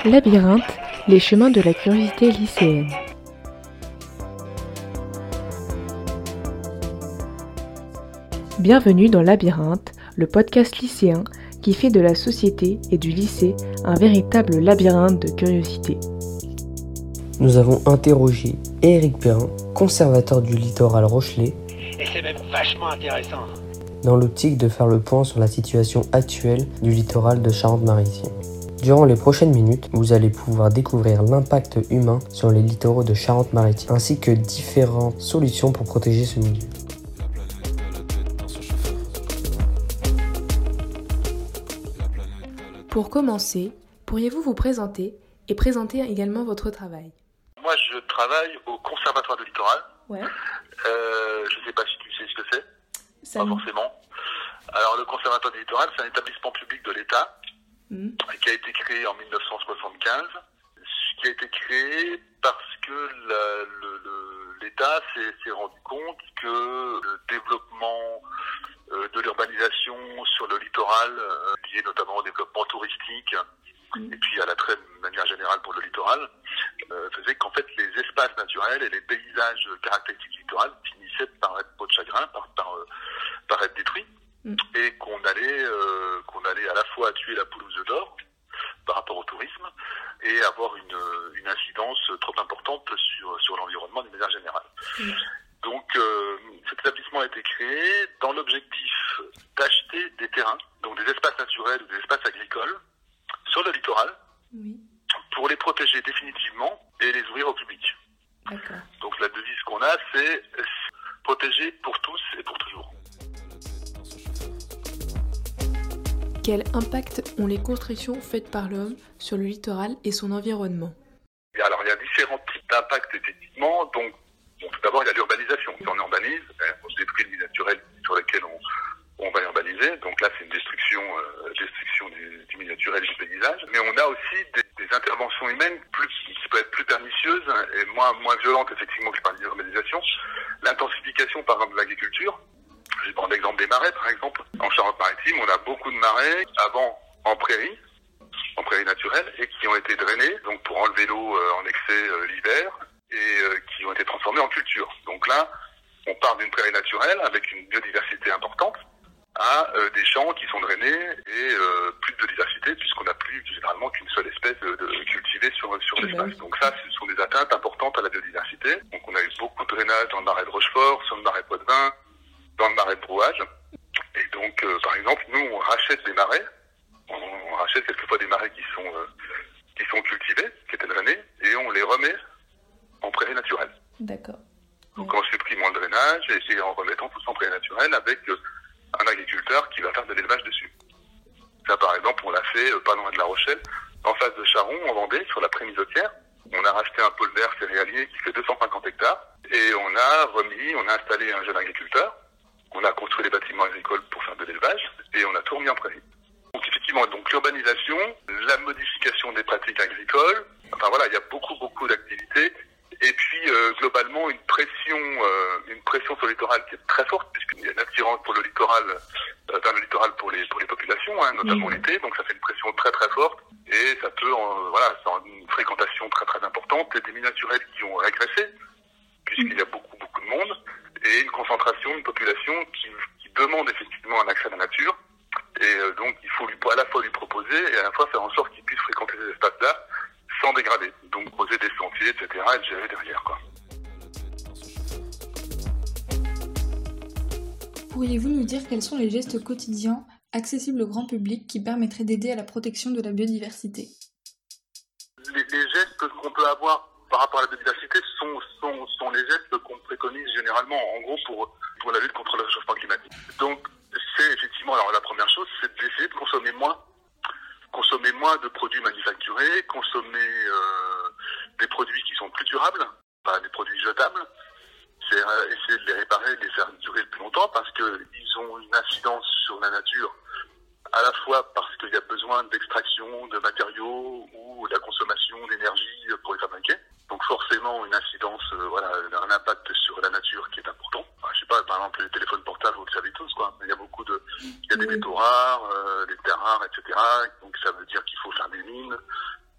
Labyrinthe, les chemins de la curiosité lycéenne. Bienvenue dans Labyrinthe, le podcast lycéen qui fait de la société et du lycée un véritable labyrinthe de curiosité. Nous avons interrogé Éric Perrin, conservateur du littoral rochelais, et c'est même vachement intéressant, dans l'optique de faire le point sur la situation actuelle du littoral de Charente-Maritime. Durant les prochaines minutes, vous allez pouvoir découvrir l'impact humain sur les littoraux de Charente-Maritime, ainsi que différentes solutions pour protéger ce milieu. Pour commencer, pourriez-vous vous présenter et présenter également votre travail ? Moi, je travaille au Conservatoire du littoral. Ouais. Je ne sais pas si tu sais ce que c'est. Pas forcément. Alors, le Conservatoire du littoral, c'est un établissement public de l'État qui a été créé en 1975. Qui a été créé parce que l'État s'est rendu compte que le développement de l'urbanisation sur le littoral, lié notamment au développement touristique, et puis à l'attrait de manière générale pour le littoral, faisait qu'en fait les espaces naturels et les paysages caractéristiques du littoral finissaient par être peau de chagrin, par être détruits, et qu'on allait à la fois tuer la poule aux œufs d'or par rapport au tourisme et avoir une incidence trop importante sur l'environnement d'une manière générale. Donc cet établissement a été créé dans l'objectif d'acheter des terrains, donc des espaces naturels ou des espaces agricoles, sur le littoral, pour les protéger définitivement et les ouvrir au public. D'accord. Donc la devise qu'on a, c'est protéger pour tous et pour toujours. Quel impact ont les constructions faites par l'homme sur le littoral et son environnement ? Et alors il y a différents types d'impacts effectivement. Donc tout d'abord il y a l'urbanisation. Si on urbanise, on se détruit le milieu naturel sur lequel on va urbaniser. Donc là c'est une destruction du milieu naturel et du paysage. Mais on a aussi des interventions humaines qui peuvent être plus pernicieuses et moins violentes effectivement que par l'urbanisation. L'intensification par exemple de l'agriculture. Je vais prendre l'exemple des marais par exemple. En Charente-Maritime, on a beaucoup de marais avant en prairie naturelle, et qui ont été drainés donc pour enlever l'eau en excès l'hiver, et qui ont été transformés en culture. Donc là, on part d'une prairie naturelle avec une biodiversité importante à des champs qui sont drainés et plus de biodiversité puisqu'on n'a plus généralement qu'une seule espèce de cultivée sur l'espace. Donc ça, ce sont des atteintes importantes à la biodiversité. Donc on a eu beaucoup de drainage dans le marais de Rochefort, sur le marais Poitevin, dans le marais de Brouage. Et donc, par exemple, nous, on rachète des marais. On rachète quelquefois des marais qui sont cultivés, qui étaient drainés, et on les remet en prairie naturelle. D'accord. Donc en supprimant le drainage et en remettant tout ça en prairie naturelle avec un agriculteur qui va faire de l'élevage dessus. Ça, par exemple, on l'a fait pas loin de La Rochelle, en face de Charon, en Vendée, sur la Prémisotière. On a racheté un pôle vert céréalier qui fait 250 hectares, et on a installé un jeune agriculteur. On a construit des bâtiments agricoles pour faire de l'élevage, et on a tout remis en prairie. Donc effectivement, l'urbanisation, la modification des pratiques agricoles, enfin voilà, il y a beaucoup d'activités. Et puis globalement une pression sur le littoral qui est très forte, puisqu'il y a une attirance pour le littoral, vers le littoral pour les populations, notamment l'été. Donc ça fait une pression très très forte, et ça peut ça une fréquentation très très importante, et des milieux naturels qui ont régressé, puisqu'il y a beaucoup de monde, et une concentration d'une population qui demande effectivement un accès à la nature. Et donc il faut à la fois lui proposer et à la fois faire en sorte qu'il puisse fréquenter ces espaces-là sans dégrader. Donc poser des sentiers, etc. et le gérer derrière, quoi. Pourriez-vous nous dire quels sont les gestes quotidiens accessibles au grand public qui permettraient d'aider à la protection de la biodiversité ? Les gestes qu'on peut avoir par rapport à la biodiversité sont les gestes qu'on préconise généralement, en gros, pour la lutte contre le réchauffement climatique. Donc, c'est effectivement, alors la première chose, c'est d'essayer de consommer moins de produits manufacturés, consommer des produits qui sont plus durables, des produits jetables. C'est essayer de les réparer, de les faire durer le plus longtemps, parce qu'ils ont une incidence sur la nature, à la fois parce qu'il y a besoin d'extraction de matériaux ou de la consommation d'énergie pour les fabriquer. Donc forcément une incidence, un impact sur la nature qui est important. Je sais pas, par exemple les téléphones portables, vous le savez tous, quoi. Il y a des métaux rares, des terres rares, etc. Donc ça veut dire qu'il faut faire des mines, que cette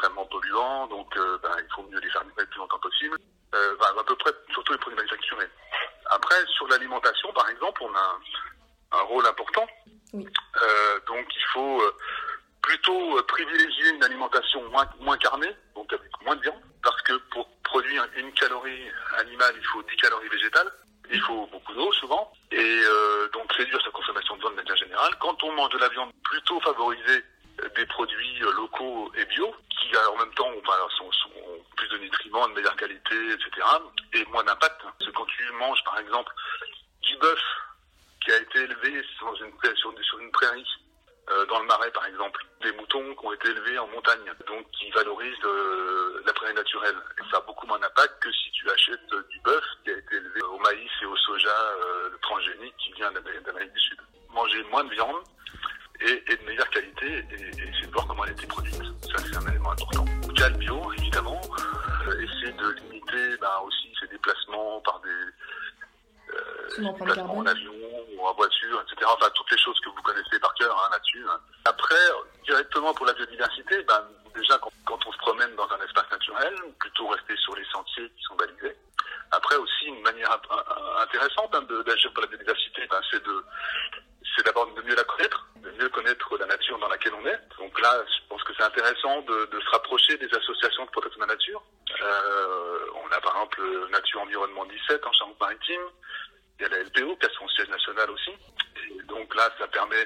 extrêmement polluants, donc il faut mieux les faire vivre le plus longtemps possible. À peu près, surtout les produits manufacturés. Après, sur l'alimentation, par exemple, on a un rôle important. Oui. Donc il faut plutôt privilégier une alimentation moins carnée, donc avec moins de viande, parce que pour produire une calorie animale, il faut 10 calories végétales. Il faut beaucoup d'eau souvent, et donc réduire sa consommation de viande de manière générale. Quand on mange de la viande, plutôt favoriser des produits locaux et bio, qui en même temps ont plus de nutriments, de meilleure qualité, etc., et moins d'impact. Parce que quand tu manges par exemple du bœuf qui a été élevé sur une prairie, dans le Marais par exemple, des moutons qui ont été élevés en montagne, donc qui valorisent la prairie naturelle. Et ça a beaucoup moins d'impact que si tu achètes du bœuf qui a été élevé au maïs et au soja transgénique qui vient d'Amérique du Sud. Manger moins de viande et de meilleure qualité et essayer de voir comment elle a été produite. Ça, c'est un élément important. Il y a le bio, évidemment. Essayer de limiter aussi ces déplacements par des déplacements en avion ou en voiture, etc. Enfin, toutes les choses que vous connaissez par cœur là-dessus. Après, directement pour la biodiversité, déjà quand on se promène dans un espace naturel, plutôt rester sur les sentiers qui sont balisés. Après aussi, une manière intéressante d'agir pour la biodiversité, c'est d'abord de mieux la connaître, de mieux connaître la nature dans laquelle on est. Donc là, je pense que c'est intéressant de se rapprocher des associations de protection de la nature. On a par exemple Nature Environnement 17 en Charente-Maritime. Il y a la LPO qui a son siège national aussi. Et donc là, ça permet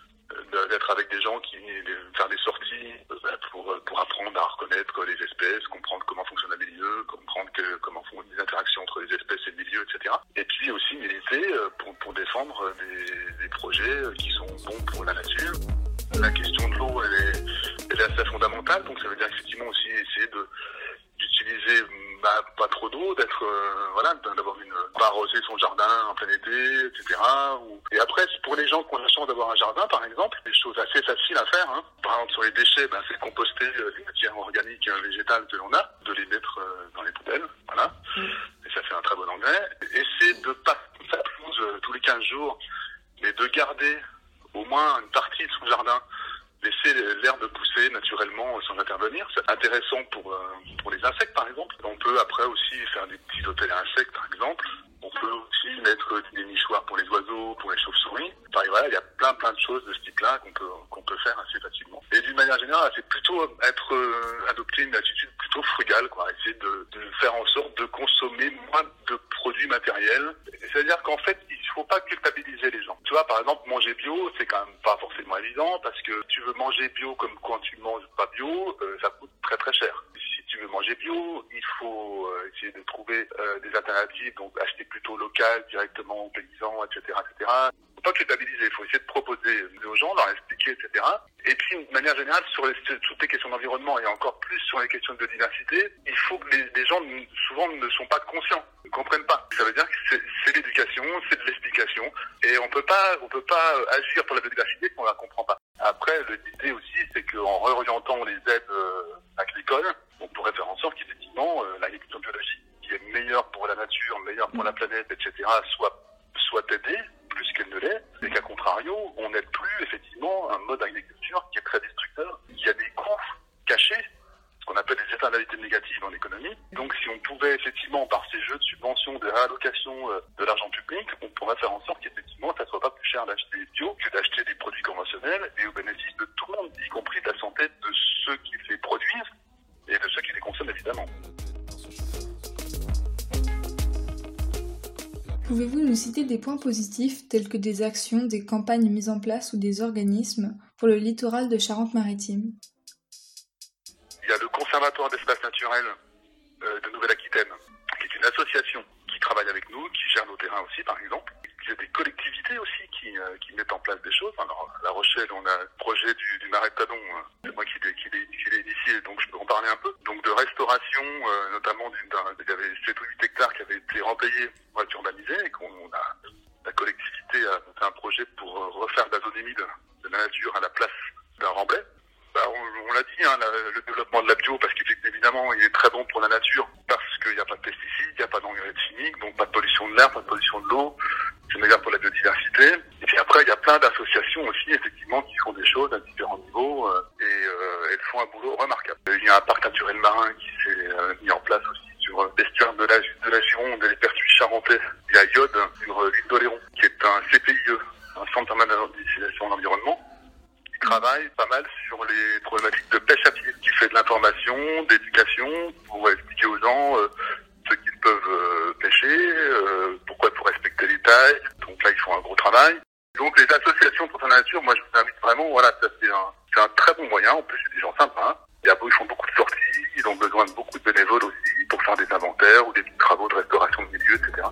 d'être avec des gens faire des sorties pour apprendre à reconnaître les espèces, comprendre comment fonctionne le milieu, comprendre comment font les interactions entre les espèces et le milieu, etc. Et puis aussi militer pour défendre des projets qui sont bons pour la nature. La question de l'eau, elle est assez fondamentale, donc ça veut dire effectivement aussi essayer d'utiliser pas trop d'eau, d'avoir pas arroser son jardin en plein été, etc. Et après, pour les gens qui ont la chance d'avoir un jardin, par exemple, des choses assez faciles à faire. Par exemple, sur les déchets, c'est composter les matières organiques et végétales que l'on a, de les mettre dans les poubelles, voilà. Et ça fait un très bon engrais. Essayer de pas faire pelouse tous les 15 jours, mais de garder au moins une partie de son jardin, laisser l'herbe pousser naturellement sans intervenir. C'est intéressant pour les insectes, par exemple. On peut après aussi faire des petits hôtels à insectes, par exemple. On peut aussi mettre des nichoirs pour les oiseaux, pour les chauves-souris. Enfin, voilà, il y a plein de choses de ce type-là qu'on peut faire assez facilement. Et d'une manière générale, c'est plutôt adopter une attitude plutôt frugale, quoi. Essayer de faire en sorte de consommer moins de produits matériels. C'est-à-dire qu'en fait, il ne faut pas culpabiliser les gens. Tu vois, par exemple, manger bio, c'est quand même pas forcément évident parce que tu veux manger bio comme quand tu manges pas bio, ça coûte très très cher. Si tu veux manger bio, il faut essayer de trouver des alternatives, donc acheter plutôt local, directement aux paysans, etc., etc. Faut pas culpabiliser, il faut essayer de proposer aux gens, leur expliquer, etc. Et puis, de manière générale, sur toutes les questions d'environnement et encore plus sur les questions de biodiversité, il faut que les gens, souvent, ne sont pas conscients, ne comprennent pas. Ça veut dire que c'est l'éducation, c'est de l'explication, et on peut pas agir pour la biodiversité si on la comprend pas. Après, l'idée aussi, c'est qu'en réorientant les aides agricoles, on pourrait faire en sorte qu'effectivement, l'agriculture biologique, qui est meilleure pour la nature, meilleure pour la planète, etc., soit aidée, plus qu'elle ne l'est, et qu'à contrario, on n'aide plus effectivement un mode d'agriculture qui est très destructeur. Il y a des coûts cachés, ce qu'on appelle des externalités négatives en économie. Donc si on pouvait effectivement, par ces jeux de subvention, de réallocation de l'argent public, on pourrait faire en sorte qu'effectivement, ça ne soit pas plus cher d'acheter bio que d'acheter des produits conventionnels et au bénéfice de tout le monde, y compris de la santé de ceux qui les produisent et de ceux qui les consomment évidemment. Pouvez-vous nous citer des points positifs tels que des actions, des campagnes mises en place ou des organismes pour le littoral de Charente-Maritime ? Il y a le Conservatoire d'espaces naturels de Nouvelle-Aquitaine, qui est une association qui travaille avec nous, qui gère nos terrains aussi par exemple. Il y a des collectivités aussi qui mettent en place des choses. Alors, à La Rochelle, on a le projet du Marais de Tadon, c'est moi qui l'ai initié, donc je peux en parler un peu. Donc de restauration, notamment il y avait 7 ou 8 hectares qui avaient été remplayés pour être urbanisés, et la collectivité a monté un projet pour refaire de la zone humide de la nature à la place d'un remblai. On l'a dit, le développement de la bio, parce qu'évidemment, il est très bon pour la nature, parce qu'il n'y a pas de pesticides, il n'y a pas d'engrais chimiques, donc pas de pollution de l'air, pas de pollution de l'eau, c'est meilleur pour la biodiversité. Et puis après, il y a plein d'associations aussi, effectivement, qui font des choses à différents niveaux, et elles font un boulot remarquable. Il y a un parc naturel marin qui s'est mis en place aussi sur l'estuaire de la Gironde et les pertuis charentais. Il y a Iode sur l'île d'Oléron, qui est un CPIE, un centre permanent d'initiation de l'environnement, qui travaille pas mal sur les problématiques de pêche à pied, qui fait de l'information, d'éducation, pour expliquer aux gens ce qu'ils peuvent pêcher, pourquoi il faut respecter les tailles. Donc là, ils font un gros travail. Donc les associations pour la nature, moi je vous invite vraiment, voilà, ça c'est un très bon moyen. En plus, c'est des gens sympas. Ils font beaucoup de sorties, ils ont besoin de beaucoup de bénévoles aussi pour faire des inventaires ou des petits travaux de restauration de milieux, etc.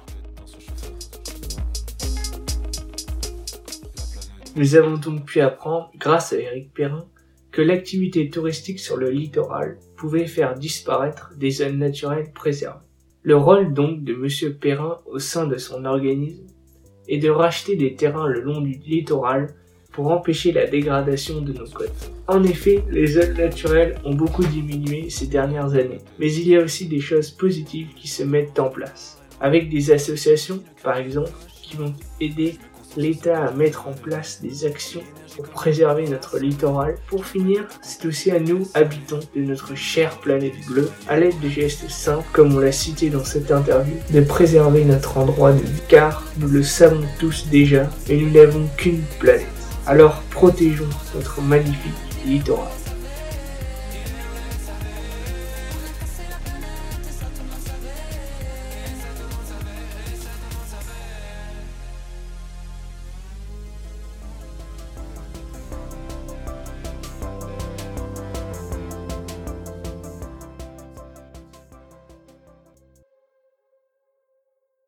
Nous avons donc pu apprendre, grâce à Éric Perrin, que l'activité touristique sur le littoral pouvait faire disparaître des zones naturelles préservées. Le rôle donc de M. Perrin au sein de son organisme est de racheter des terrains le long du littoral pour empêcher la dégradation de nos côtes. En effet, les zones naturelles ont beaucoup diminué ces dernières années, mais il y a aussi des choses positives qui se mettent en place, avec des associations, par exemple, qui vont aider l'État à mettre en place des actions pour préserver notre littoral. Pour finir, c'est aussi à nous, habitants de notre chère planète bleue, à l'aide de gestes simples, comme on l'a cité dans cette interview, de préserver notre endroit de vie, car nous le savons tous déjà, et nous n'avons qu'une planète. Alors protégeons notre magnifique littoral.